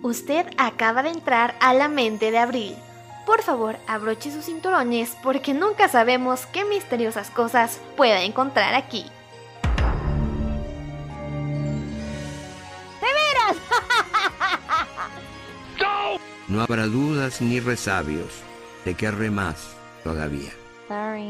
Usted acaba de entrar a la mente de Abril. Por favor, abroche sus cinturones porque nunca sabemos qué misteriosas cosas pueda encontrar aquí. ¡De veras! No habrá dudas ni resabios de que arre más todavía. Sorry.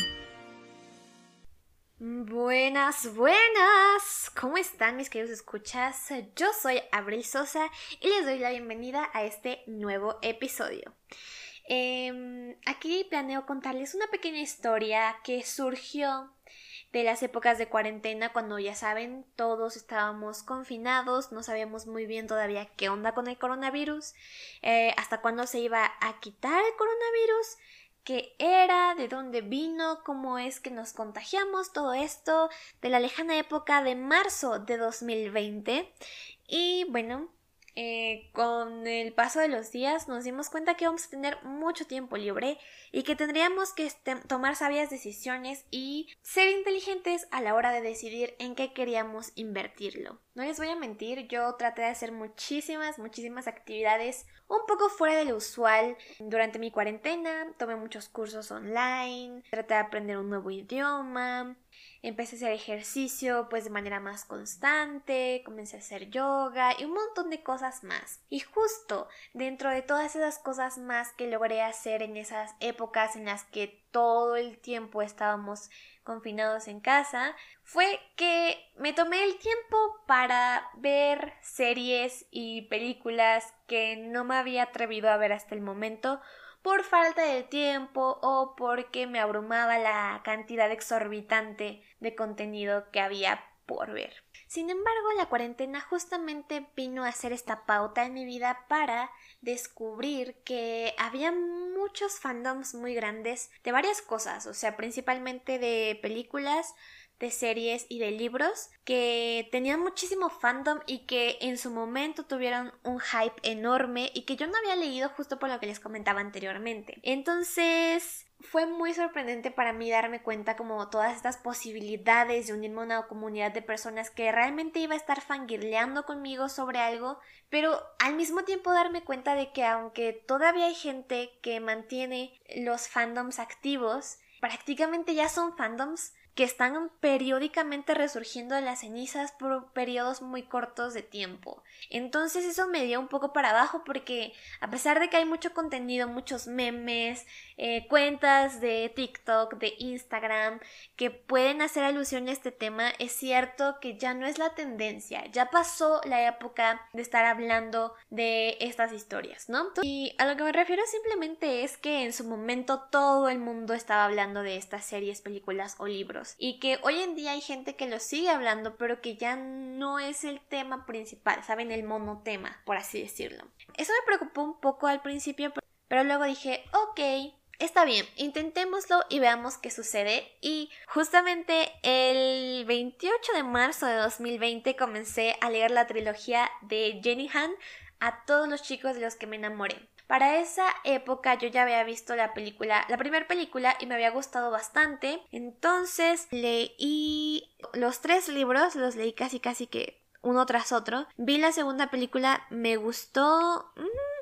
Buenas. ¿Cómo están mis queridos escuchas? Yo soy Abril Sosa y les doy la bienvenida a este nuevo episodio. Aquí planeo contarles una pequeña historia que surgió de las épocas de cuarentena, cuando ya saben, todos estábamos confinados, no sabíamos muy bien todavía qué onda con el coronavirus, hasta cuándo se iba a quitar el coronavirus, qué era, de dónde vino, cómo es que nos contagiamos, todo esto de la lejana época de marzo de 2020. Y bueno, con el paso de los días nos dimos cuenta que íbamos a tener mucho tiempo libre y que tendríamos que tomar sabias decisiones y ser inteligentes a la hora de decidir en qué queríamos invertirlo. No les voy a mentir, yo traté de hacer muchísimas actividades un poco fuera de lo usual durante mi cuarentena. Tomé muchos cursos online, traté de aprender un nuevo idioma, empecé a hacer ejercicio pues de manera más constante, comencé a hacer yoga y un montón de cosas más. Y justo dentro de todas esas cosas más que logré hacer en esas épocas en las que todo el tiempo estábamos confinados en casa, fue que me tomé el tiempo para ver series y películas que no me había atrevido a ver hasta el momento por falta de tiempo o porque me abrumaba la cantidad exorbitante de contenido que había por ver. Sin embargo, la cuarentena justamente vino a hacer esta pauta en mi vida para descubrir que había muchos fandoms muy grandes de varias cosas, o sea, principalmente de películas, de series y de libros que tenían muchísimo fandom y que en su momento tuvieron un hype enorme y que yo no había leído justo por lo que les comentaba anteriormente. Entonces fue muy sorprendente para mí darme cuenta como todas estas posibilidades de unirme a una comunidad de personas que realmente iba a estar fangirleando conmigo sobre algo, pero al mismo tiempo darme cuenta de que aunque todavía hay gente que mantiene los fandoms activos, prácticamente ya son fandoms que están periódicamente resurgiendo de las cenizas por periodos muy cortos de tiempo. Entonces eso me dio un poco para abajo porque a pesar de que hay mucho contenido, muchos memes, cuentas de TikTok, de Instagram que pueden hacer alusión a este tema, es cierto que ya no es la tendencia, ya pasó la época de estar hablando de estas historias, ¿no? Y a lo que me refiero simplemente es que en su momento todo el mundo estaba hablando de estas series, películas o libros. Y que hoy en día hay gente que lo sigue hablando, pero que ya no es el tema principal, ¿saben? El monotema, por así decirlo. Eso me preocupó un poco al principio, pero luego dije, ok, está bien, intentémoslo y veamos qué sucede. Y justamente el 28 de marzo de 2020 comencé a leer la trilogía de Jenny Han, A todos los chicos de los que me enamoré. Para esa época yo ya había visto la primera película y me había gustado bastante. Entonces leí los 3 libros, los leí casi que uno tras otro. Vi la segunda película, me gustó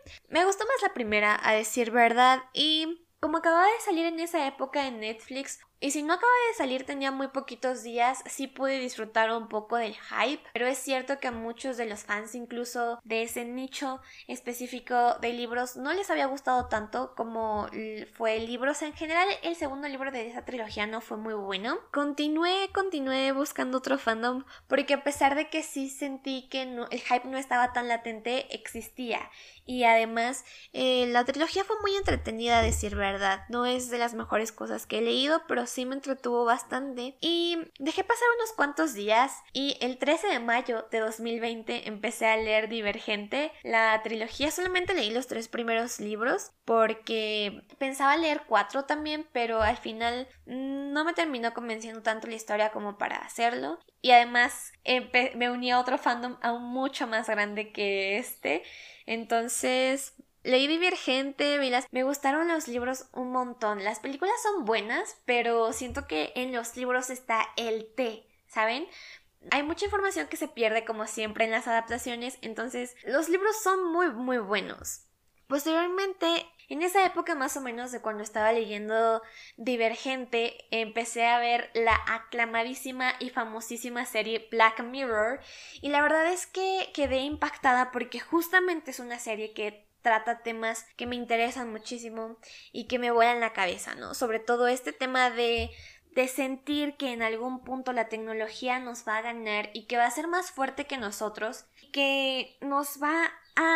más la primera, a decir verdad, y como acababa de salir en esa época en Netflix, y si no acaba de salir tenía muy poquitos días, sí pude disfrutar un poco del hype, pero es cierto que a muchos de los fans incluso de ese nicho específico de libros no les había gustado tanto como fue libros en general. El segundo libro de esa trilogía no fue muy bueno. Continué buscando otro fandom porque a pesar de que sí sentí que el hype no estaba tan latente, existía. Y además la trilogía fue muy entretenida, a decir verdad. No es de las mejores cosas que he leído, pero sí me entretuvo bastante. Y dejé pasar unos cuantos días y el 13 de mayo de 2020 empecé a leer Divergente, la trilogía. Solamente leí los 3 primeros libros porque pensaba leer 4 también, pero al final no me terminó convenciendo tanto la historia como para hacerlo. Y además me uní a otro fandom aún mucho más grande que este. Entonces leí Divergente, me gustaron los libros un montón. Las películas son buenas, pero siento que en los libros está el té, ¿saben? hay mucha información que se pierde como siempre en las adaptaciones, entonces los libros son muy muy buenos. Posteriormente, en esa época más o menos de cuando estaba leyendo Divergente, empecé a ver la aclamadísima y famosísima serie Black Mirror y la verdad es que quedé impactada porque justamente es una serie que trata temas que me interesan muchísimo y que me vuelan la cabeza, ¿no? Sobre todo este tema de sentir que en algún punto la tecnología nos va a ganar y que va a ser más fuerte que nosotros, que nos va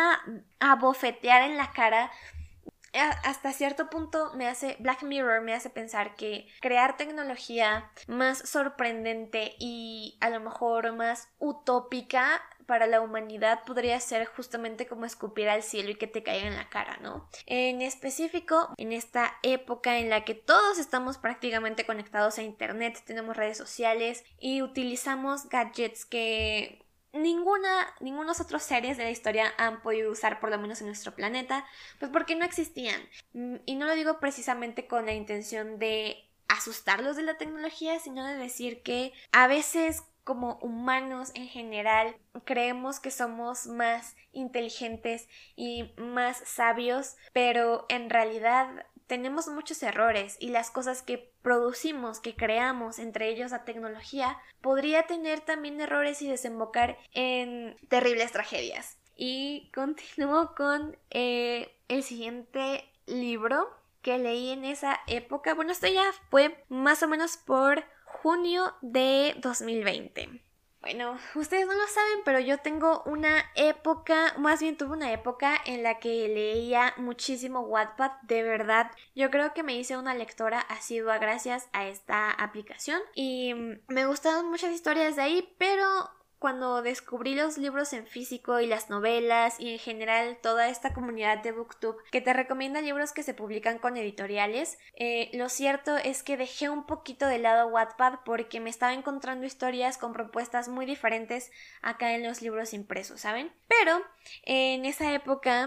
a bofetear en la cara. Hasta cierto punto Black Mirror me hace pensar que crear tecnología más sorprendente y a lo mejor más utópica para la humanidad podría ser justamente como escupir al cielo y que te caiga en la cara, ¿no? En específico, en esta época en la que todos estamos prácticamente conectados a internet, tenemos redes sociales y utilizamos gadgets que ningunos otros seres de la historia han podido usar, por lo menos en nuestro planeta, pues porque no existían. Y no lo digo precisamente con la intención de asustarlos de la tecnología, sino de decir que a veces como humanos en general creemos que somos más inteligentes y más sabios, pero en realidad tenemos muchos errores y las cosas que producimos, que creamos, entre ellos la tecnología, podría tener también errores y desembocar en terribles tragedias. Y continúo con el siguiente libro que leí en esa época. Bueno, esto ya fue más o menos por junio de 2020. Bueno, ustedes no lo saben, pero yo tengo una época, más bien tuve una época en la que leía muchísimo Wattpad, de verdad. Yo creo que me hice una lectora asidua gracias a esta aplicación y me gustaron muchas historias de ahí, pero cuando descubrí los libros en físico y las novelas y en general toda esta comunidad de BookTube que te recomienda libros que se publican con editoriales, lo cierto es que dejé un poquito de lado Wattpad porque me estaba encontrando historias con propuestas muy diferentes acá en los libros impresos, ¿saben? Pero en esa época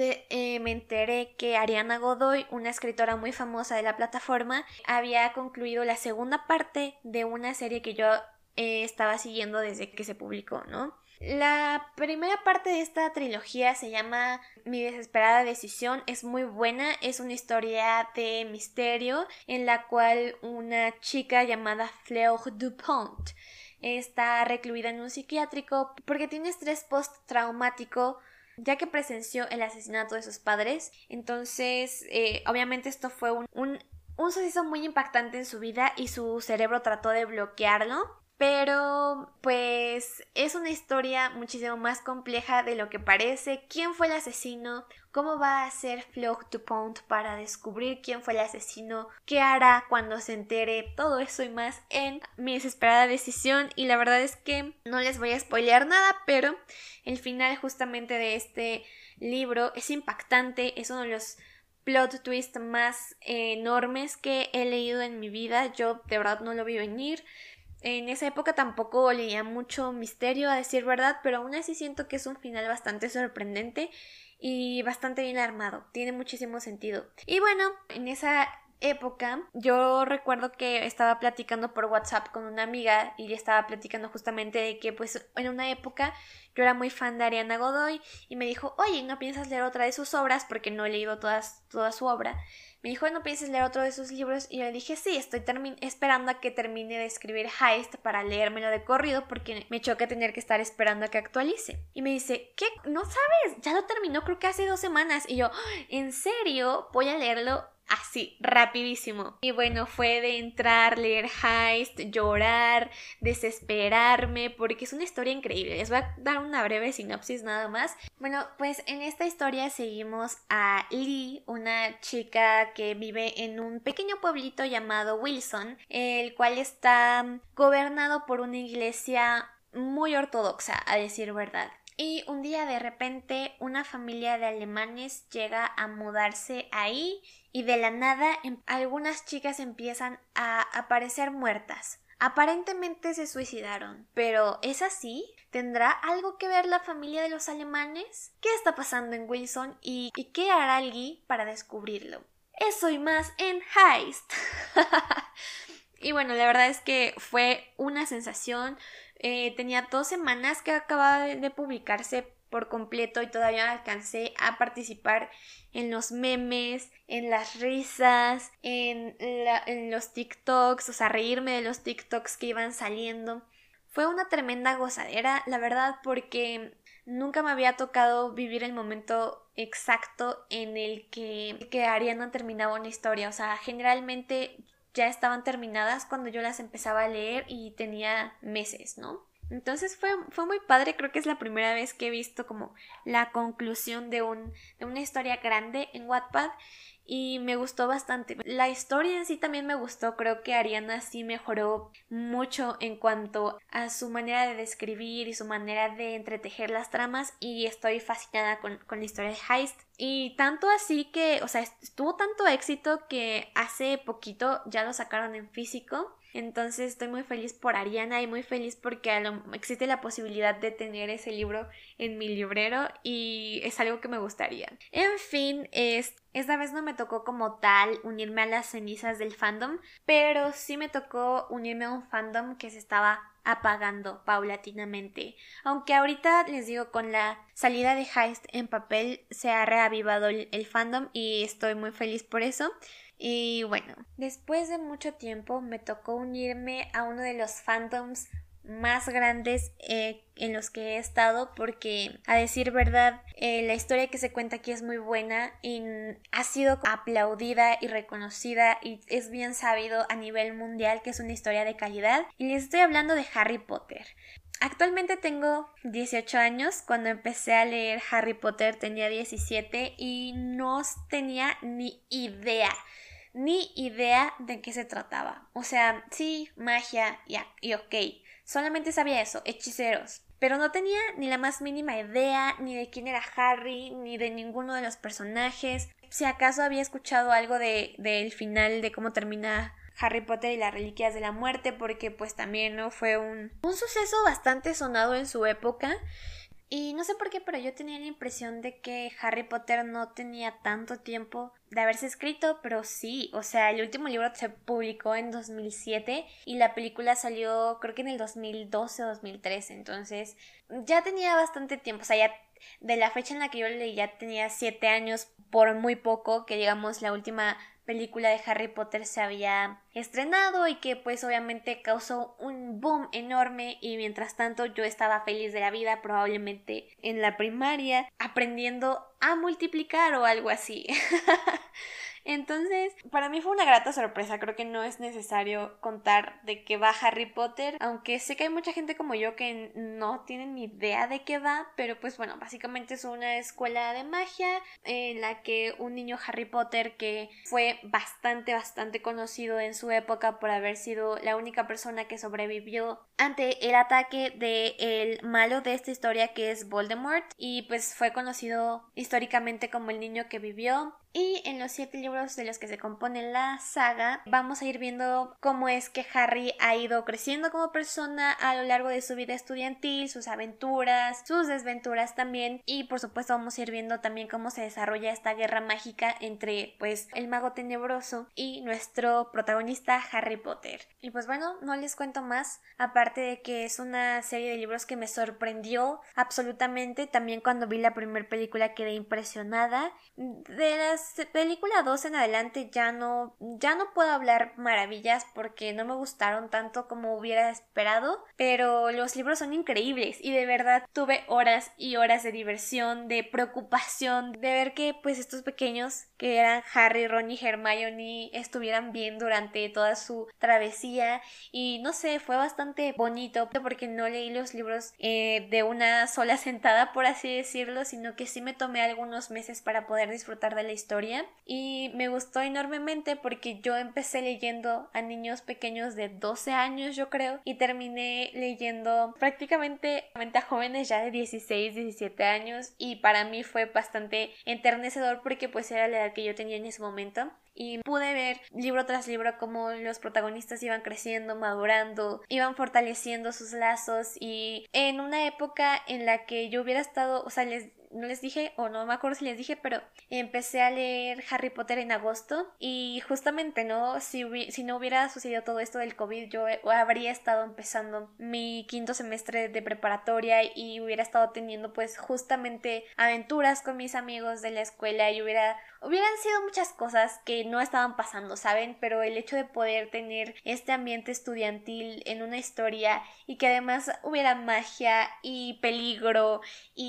me enteré que Ariana Godoy, una escritora muy famosa de la plataforma, había concluido la segunda parte de una serie que yo estaba siguiendo desde que se publicó, ¿no? La primera parte de esta trilogía se llama Mi desesperada decisión, es muy buena, es una historia de misterio en la cual una chica llamada Fleur Dupont está recluida en un psiquiátrico porque tiene estrés postraumático ya que presenció el asesinato de sus padres. Entonces, obviamente esto fue un suceso muy impactante en su vida y su cerebro trató de bloquearlo. Pero, pues, es una historia muchísimo más compleja de lo que parece. ¿Quién fue el asesino? ¿Cómo va a hacer Fleur Dupont para descubrir quién fue el asesino? ¿Qué hará cuando se entere? Todo eso y más en Mi desesperada decisión. Y la verdad es que no les voy a spoilear nada, pero el final justamente de este libro es impactante. Es uno de los plot twist más enormes que he leído en mi vida. Yo de verdad no lo vi venir. En esa época tampoco leía mucho misterio, a decir verdad, pero aún así siento que es un final bastante sorprendente y bastante bien armado. Tiene muchísimo sentido. Y bueno, en esa época yo recuerdo que estaba platicando por WhatsApp con una amiga y le estaba platicando justamente de que pues en una época yo era muy fan de Ariana Godoy y me dijo, oye, ¿no piensas leer otra de sus obras? Porque no he leído toda su obra. Me dijo, ¿no piensas leer otro de sus libros? Y yo le dije, sí, estoy esperando a que termine de escribir Heist para leérmelo de corrido porque me choca tener que estar esperando a que actualice. Y me dice, ¿qué? ¿No sabes? Ya lo terminó creo que hace 2 semanas. Y yo, ¿en serio? Voy a leerlo así, rapidísimo. Y bueno, fue de entrar, leer Heist, llorar, desesperarme, porque es una historia increíble. Les voy a dar una breve sinopsis nada más. Bueno, pues en esta historia seguimos a Lee, una chica que vive en un pequeño pueblito llamado Wilson, el cual está gobernado por una iglesia muy ortodoxa, a decir verdad. Y un día de repente una familia de alemanes llega a mudarse ahí y de la nada algunas chicas empiezan a aparecer muertas. Aparentemente se suicidaron, pero ¿es así? ¿Tendrá algo que ver la familia de los alemanes? ¿Qué está pasando en Wilson y qué hará Lee para descubrirlo? Eso y más en Heist. Y bueno, la verdad es que fue una sensación. Tenía 2 semanas que acababa de publicarse por completo y todavía alcancé a participar en los memes, en las risas, en los TikToks, o sea, reírme de los TikToks que iban saliendo. Fue una tremenda gozadera, la verdad, porque nunca me había tocado vivir el momento exacto en el que Ariana terminaba una historia. O sea, generalmente ya estaban terminadas cuando yo las empezaba a leer y tenía meses, ¿no? Entonces fue muy padre, creo que es la primera vez que he visto como la conclusión de una historia grande en Wattpad y me gustó bastante. La historia en sí también me gustó, creo que Ariana sí mejoró mucho en cuanto a su manera de describir y su manera de entretejer las tramas y estoy fascinada con la historia de Heist. Y tanto así que, o sea, tuvo tanto éxito que hace poquito ya lo sacaron en físico. Entonces estoy muy feliz por Ariana y muy feliz porque existe la posibilidad de tener ese libro en mi librero y es algo que me gustaría. En fin, esta vez no me tocó como tal unirme a las cenizas del fandom, pero sí me tocó unirme a un fandom que se estaba apagando paulatinamente. Aunque ahorita les digo, con la salida de Heist en papel se ha reavivado el fandom y estoy muy feliz por eso. Y bueno, después de mucho tiempo me tocó unirme a uno de los fandoms más grandes en los que he estado porque a decir verdad la historia que se cuenta aquí es muy buena y ha sido aplaudida y reconocida y es bien sabido a nivel mundial que es una historia de calidad y les estoy hablando de Harry Potter. Actualmente tengo 18 años, cuando empecé a leer Harry Potter tenía 17 y no tenía ni idea de qué se trataba. O sea, sí, magia y ok, solamente sabía eso, hechiceros. Pero no tenía ni la más mínima idea ni de quién era Harry, ni de ninguno de los personajes. Si acaso había escuchado algo del final de cómo termina Harry Potter y las Reliquias de la Muerte, porque pues también no fue un suceso bastante sonado en su época. Y no sé por qué, pero yo tenía la impresión de que Harry Potter no tenía tanto tiempo de haberse escrito, pero sí, o sea, el último libro se publicó en 2007 y la película salió creo que en el 2012 o 2013, entonces ya tenía bastante tiempo, o sea, ya de la fecha en la que yo leí ya tenía 7 años por muy poco, que digamos la última película de Harry Potter se había estrenado y que pues obviamente causó un boom enorme y mientras tanto yo estaba feliz de la vida, probablemente en la primaria, aprendiendo a multiplicar o algo así. Entonces, para mí fue una grata sorpresa. Creo que no es necesario contar de qué va Harry Potter, aunque sé que hay mucha gente como yo que no tiene ni idea de qué va, pero pues bueno, básicamente es una escuela de magia en la que un niño Harry Potter que fue bastante conocido en su época por haber sido la única persona que sobrevivió ante el ataque del malo de esta historia, que es Voldemort, y pues fue conocido históricamente como el niño que vivió. Y en los 7 libros de los que se compone la saga vamos a ir viendo cómo es que Harry ha ido creciendo como persona a lo largo de su vida estudiantil, sus aventuras, sus desventuras también, y por supuesto vamos a ir viendo también cómo se desarrolla esta guerra mágica entre pues el mago tenebroso y nuestro protagonista Harry Potter. Y pues bueno, no les cuento más, aparte de que es una serie de libros que me sorprendió absolutamente. También cuando vi la primera película quedé impresionada. De la película 2 en adelante ya no puedo hablar maravillas porque no me gustaron tanto como hubiera esperado, pero los libros son increíbles y de verdad tuve horas y horas de diversión, de preocupación, de ver que pues estos pequeños que eran Harry, Ron y Hermione estuvieran bien durante toda su travesía y no sé, fue bastante bonito porque no leí los libros de una sola sentada, por así decirlo, sino que sí me tomé algunos meses para poder disfrutar de la historia y me gustó enormemente porque yo empecé leyendo a niños pequeños de 12 años yo creo y terminé leyendo prácticamente a jóvenes ya de 16, 17 años y para mí fue bastante enternecedor porque pues era la edad que yo tenía en ese momento y pude ver libro tras libro cómo los protagonistas iban creciendo, madurando, iban fortaleciendo sus lazos y en una época en la que yo hubiera estado, o sea, no les dije, o no me acuerdo si les dije, pero empecé a leer Harry Potter en agosto y justamente, ¿no? Si no hubiera sucedido todo esto del COVID, yo habría estado empezando mi quinto semestre de preparatoria y hubiera estado teniendo pues justamente aventuras con mis amigos de la escuela y hubieran sido muchas cosas que no estaban pasando, ¿saben? Pero el hecho de poder tener este ambiente estudiantil en una historia y que además hubiera magia y peligro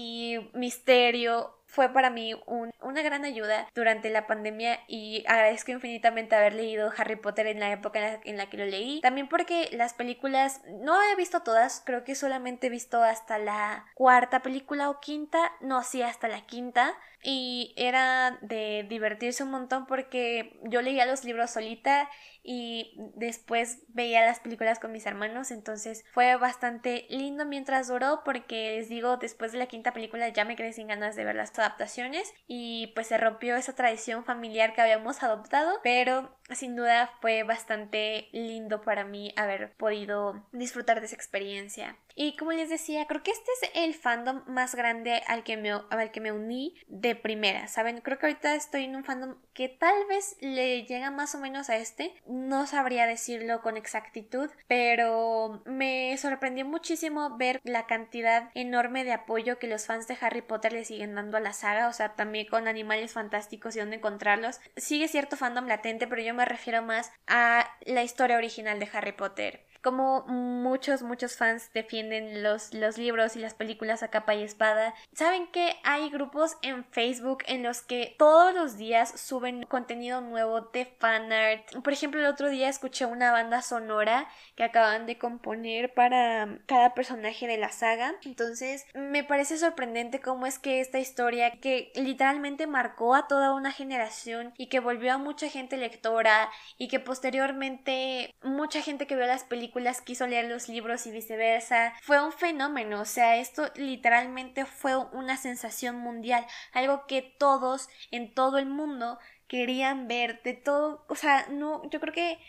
y misterio fue para mí una gran ayuda durante la pandemia y agradezco infinitamente haber leído Harry Potter en la época en la que lo leí. También porque las películas no he visto todas, creo que solamente he visto hasta la cuarta película o quinta, no, sí, hasta la quinta. Y era de divertirse un montón porque yo leía los libros solita y después veía las películas con mis hermanos, entonces fue bastante lindo mientras duró porque les digo, después de la quinta película ya me quedé sin ganas de ver las adaptaciones y pues se rompió esa tradición familiar que habíamos adoptado, pero sin duda fue bastante lindo para mí haber podido disfrutar de esa experiencia. Y como les decía, creo que este es el fandom más grande al que me uní de primera, ¿saben? Creo que ahorita estoy en un fandom que tal vez le llega más o menos a este. No sabría decirlo con exactitud, pero me sorprendió muchísimo ver la cantidad enorme de apoyo que los fans de Harry Potter le siguen dando a la saga, o sea, también con Animales Fantásticos y dónde encontrarlos. Sigue cierto fandom latente, pero yo me refiero más a la historia original de Harry Potter. Como muchos fans defienden los libros y las películas a capa y espada. ¿Saben que hay grupos en Facebook en los que todos los días suben contenido nuevo de fanart? Por ejemplo, el otro día escuché una banda sonora que acaban de componer para cada personaje de la saga. Entonces, me parece sorprendente cómo es que esta historia que literalmente marcó a toda una generación y que volvió a mucha gente lectora y que posteriormente mucha gente que vio las películas quiso leer los libros y viceversa. Fue un fenómeno, o sea, esto literalmente fue una sensación mundial, algo que todos en todo el mundo querían ver, de todo, o sea, no, yo creo que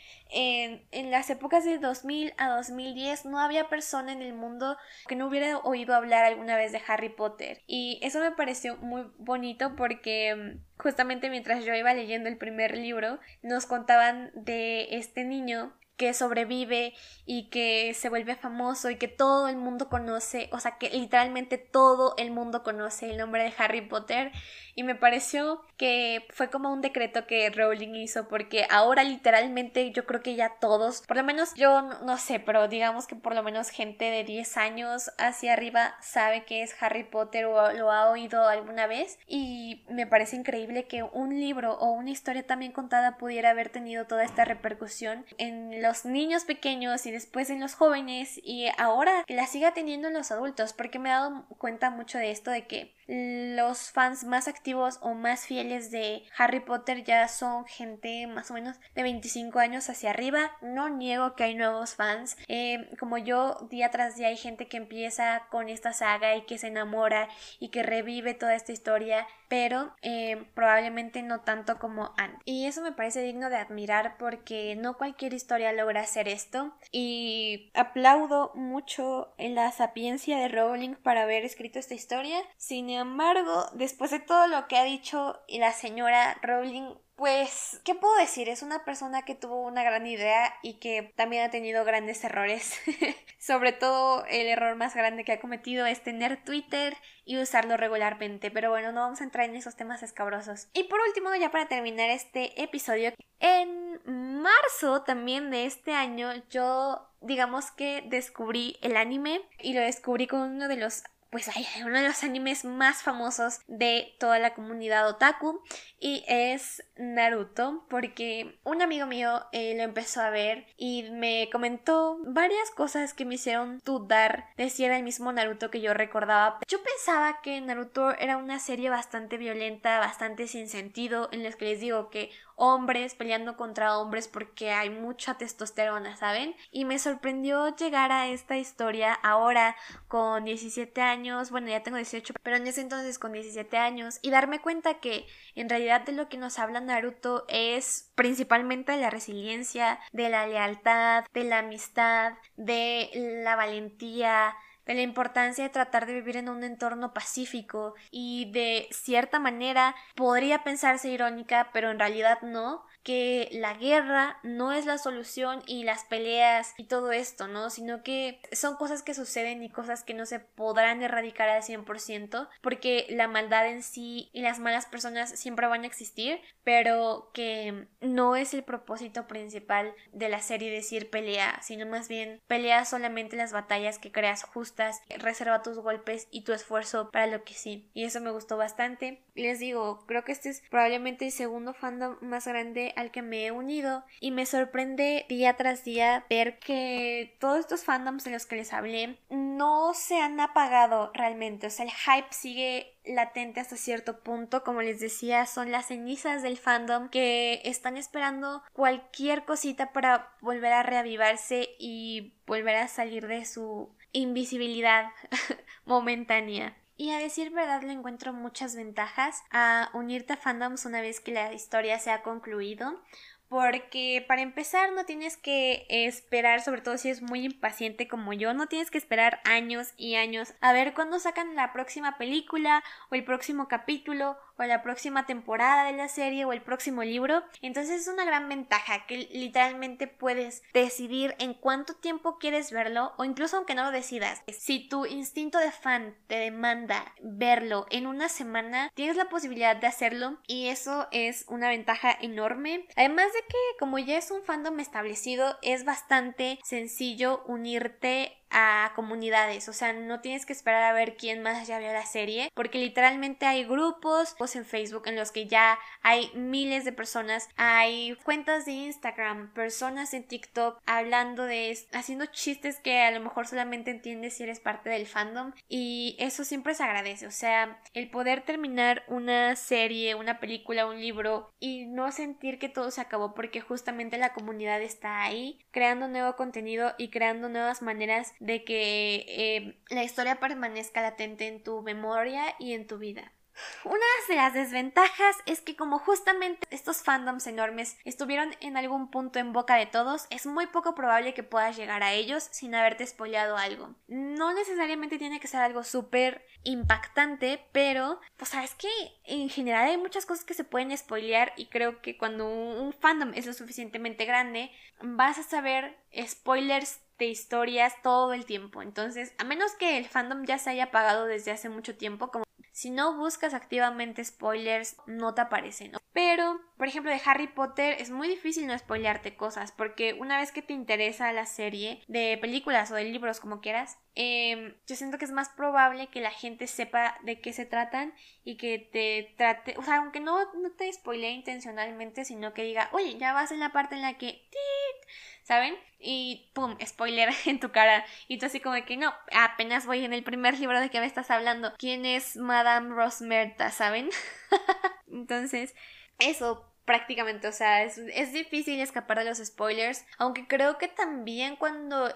en las épocas de 2000 a 2010 no había persona en el mundo que no hubiera oído hablar alguna vez de Harry Potter y eso me pareció muy bonito porque justamente mientras yo iba leyendo el primer libro nos contaban de este niño que sobrevive y que se vuelve famoso y que todo el mundo conoce, o sea que literalmente todo el mundo conoce el nombre de Harry Potter y me pareció que fue como un decreto que Rowling hizo porque ahora literalmente yo creo que ya todos, por lo menos yo no sé, pero digamos que por lo menos gente de 10 años hacia arriba sabe que es Harry Potter o lo ha oído alguna vez y me parece increíble que un libro o una historia tan bien contada pudiera haber tenido toda esta repercusión en los niños pequeños y después en los jóvenes y ahora que la siga teniendo en los adultos porque me he dado cuenta mucho de esto de que los fans más activos o más fieles de Harry Potter ya son gente más o menos de 25 años hacia arriba. No niego que hay nuevos fans, como yo día tras día hay gente que empieza con esta saga y que se enamora y que revive toda esta historia, pero probablemente no tanto como antes y eso me parece digno de admirar porque no cualquier historia logra hacer esto y aplaudo mucho en la sapiencia de Rowling para haber escrito esta historia. Sin embargo, después de todo lo que ha dicho la señora Rowling, pues, ¿qué puedo decir? Es una persona que tuvo una gran idea y que también ha tenido grandes errores. Sobre todo el error más grande que ha cometido es tener Twitter y usarlo regularmente. Pero bueno, no vamos a entrar en esos temas escabrosos. Y por último, ya para terminar este episodio, en marzo también de este año yo digamos que descubrí el anime y lo descubrí con uno de los animes más famosos de toda la comunidad otaku y es Naruto porque un amigo mío lo empezó a ver y me comentó varias cosas que me hicieron dudar de si era el mismo Naruto que yo recordaba. Yo pensaba que Naruto era una serie bastante violenta, bastante sin sentido, en las que les digo que hombres peleando contra hombres porque hay mucha testosterona, ¿saben? Y me sorprendió llegar a esta historia ahora con 17 años años, bueno, ya tengo 18, pero en ese entonces con 17 años, y darme cuenta que en realidad de lo que nos habla Naruto es principalmente de la resiliencia, de la lealtad, de la amistad, de la valentía, de la importancia de tratar de vivir en un entorno pacífico y de cierta manera podría pensarse irónica, pero en realidad no, que la guerra no es la solución y las peleas y todo esto, ¿no? Sino que son cosas que suceden y cosas que no se podrán erradicar al 100% porque la maldad en sí y las malas personas siempre van a existir, pero que no es el propósito principal de la serie decir pelea, sino más bien pelea solamente las batallas que creas justas, reserva tus golpes y tu esfuerzo para lo que sí. Y eso me gustó bastante. Les digo, creo que este es probablemente el segundo fandom más grande al que me he unido y me sorprende día tras día ver que todos estos fandoms de los que les hablé no se han apagado realmente, o sea, el hype sigue latente hasta cierto punto. Como les decía, son las cenizas del fandom que están esperando cualquier cosita para volver a reavivarse y volver a salir de su invisibilidad momentánea. Y a decir verdad le encuentro muchas ventajas a unirte a fandoms una vez que la historia se ha concluido. Porque para empezar no tienes que esperar, sobre todo si es muy impaciente como yo, no tienes que esperar años y años a ver cuándo sacan la próxima película o el próximo capítulo o la próxima temporada de la serie o el próximo libro. Entonces es una gran ventaja que literalmente puedes decidir en cuánto tiempo quieres verlo o incluso aunque no lo decidas. Si tu instinto de fan te demanda verlo en una semana, tienes la posibilidad de hacerlo y eso es una ventaja enorme. Además de que como ya es un fandom establecido, es bastante sencillo unirte a comunidades, o sea, no tienes que esperar a ver quién más ya vio la serie, porque literalmente hay grupos en Facebook en los que ya hay miles de personas, hay cuentas de Instagram, personas en TikTok hablando de esto, haciendo chistes que a lo mejor solamente entiendes si eres parte del fandom, y eso siempre se agradece, o sea, el poder terminar una serie, una película, un libro y no sentir que todo se acabó porque justamente la comunidad está ahí creando nuevo contenido y creando nuevas maneras de que la historia permanezca latente en tu memoria y en tu vida. Una de las desventajas es que como justamente estos fandoms enormes estuvieron en algún punto en boca de todos, es muy poco probable que puedas llegar a ellos sin haberte spoileado algo. No necesariamente tiene que ser algo súper impactante, pero pues sabes que en general hay muchas cosas que se pueden spoilear y creo que cuando un fandom es lo suficientemente grande vas a saber spoilers de historias todo el tiempo. Entonces, a menos que el fandom ya se haya apagado desde hace mucho tiempo, como si no buscas activamente spoilers, no te aparecen, ¿no? Pero, por ejemplo, de Harry Potter es muy difícil no spoilearte cosas, porque una vez que te interesa la serie, de películas o de libros, como quieras, yo siento que es más probable que la gente sepa de qué se tratan y que te trate, o sea, aunque no te spoilee intencionalmente, sino que diga, oye, ya vas en la parte en la que... ¿saben? Y pum, spoiler en tu cara. Y tú así como de que no, apenas voy en el primer libro de que me estás hablando. ¿Quién es Madame Rosmerta? ¿Saben? Entonces, eso prácticamente, o sea, es difícil escapar de los spoilers, aunque creo que también cuando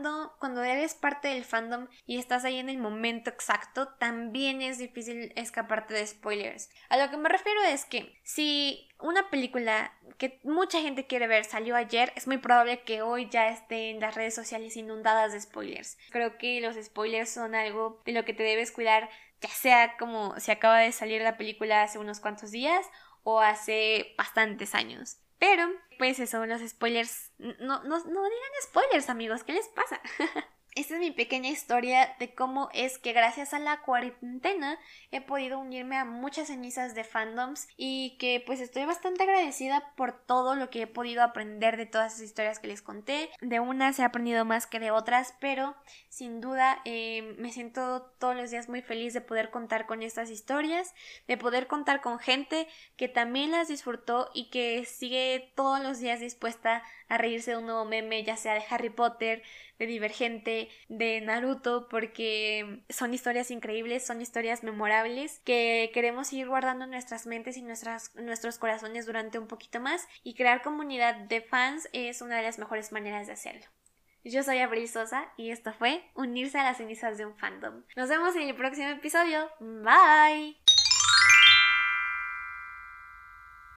eres parte del fandom y estás ahí en el momento exacto, también es difícil escaparte de spoilers. A lo que me refiero es que si una película que mucha gente quiere ver salió ayer, es muy probable que hoy ya esté en las redes sociales inundadas de spoilers. Creo que los spoilers son algo de lo que te debes cuidar, ya sea como si acaba de salir la película hace unos cuantos días o hace bastantes años. Pero, pues eso, los spoilers... No digan spoilers, amigos, ¿qué les pasa? Esta es mi pequeña historia de cómo es que gracias a la cuarentena he podido unirme a muchas cenizas de fandoms y que pues estoy bastante agradecida por todo lo que he podido aprender de todas esas historias que les conté. De unas he aprendido más que de otras, pero sin duda me siento todos los días muy feliz de poder contar con estas historias, de poder contar con gente que también las disfrutó y que sigue todos los días dispuesta a reírse de un nuevo meme, ya sea de Harry Potter, de Divergente, de Naruto, porque son historias increíbles, son historias memorables que queremos seguir guardando en nuestras mentes y nuestros corazones durante un poquito más, y crear comunidad de fans es una de las mejores maneras de hacerlo. Yo soy Abril Sosa y esto fue Unirse a las cenizas de un fandom. Nos vemos en el próximo episodio. Bye.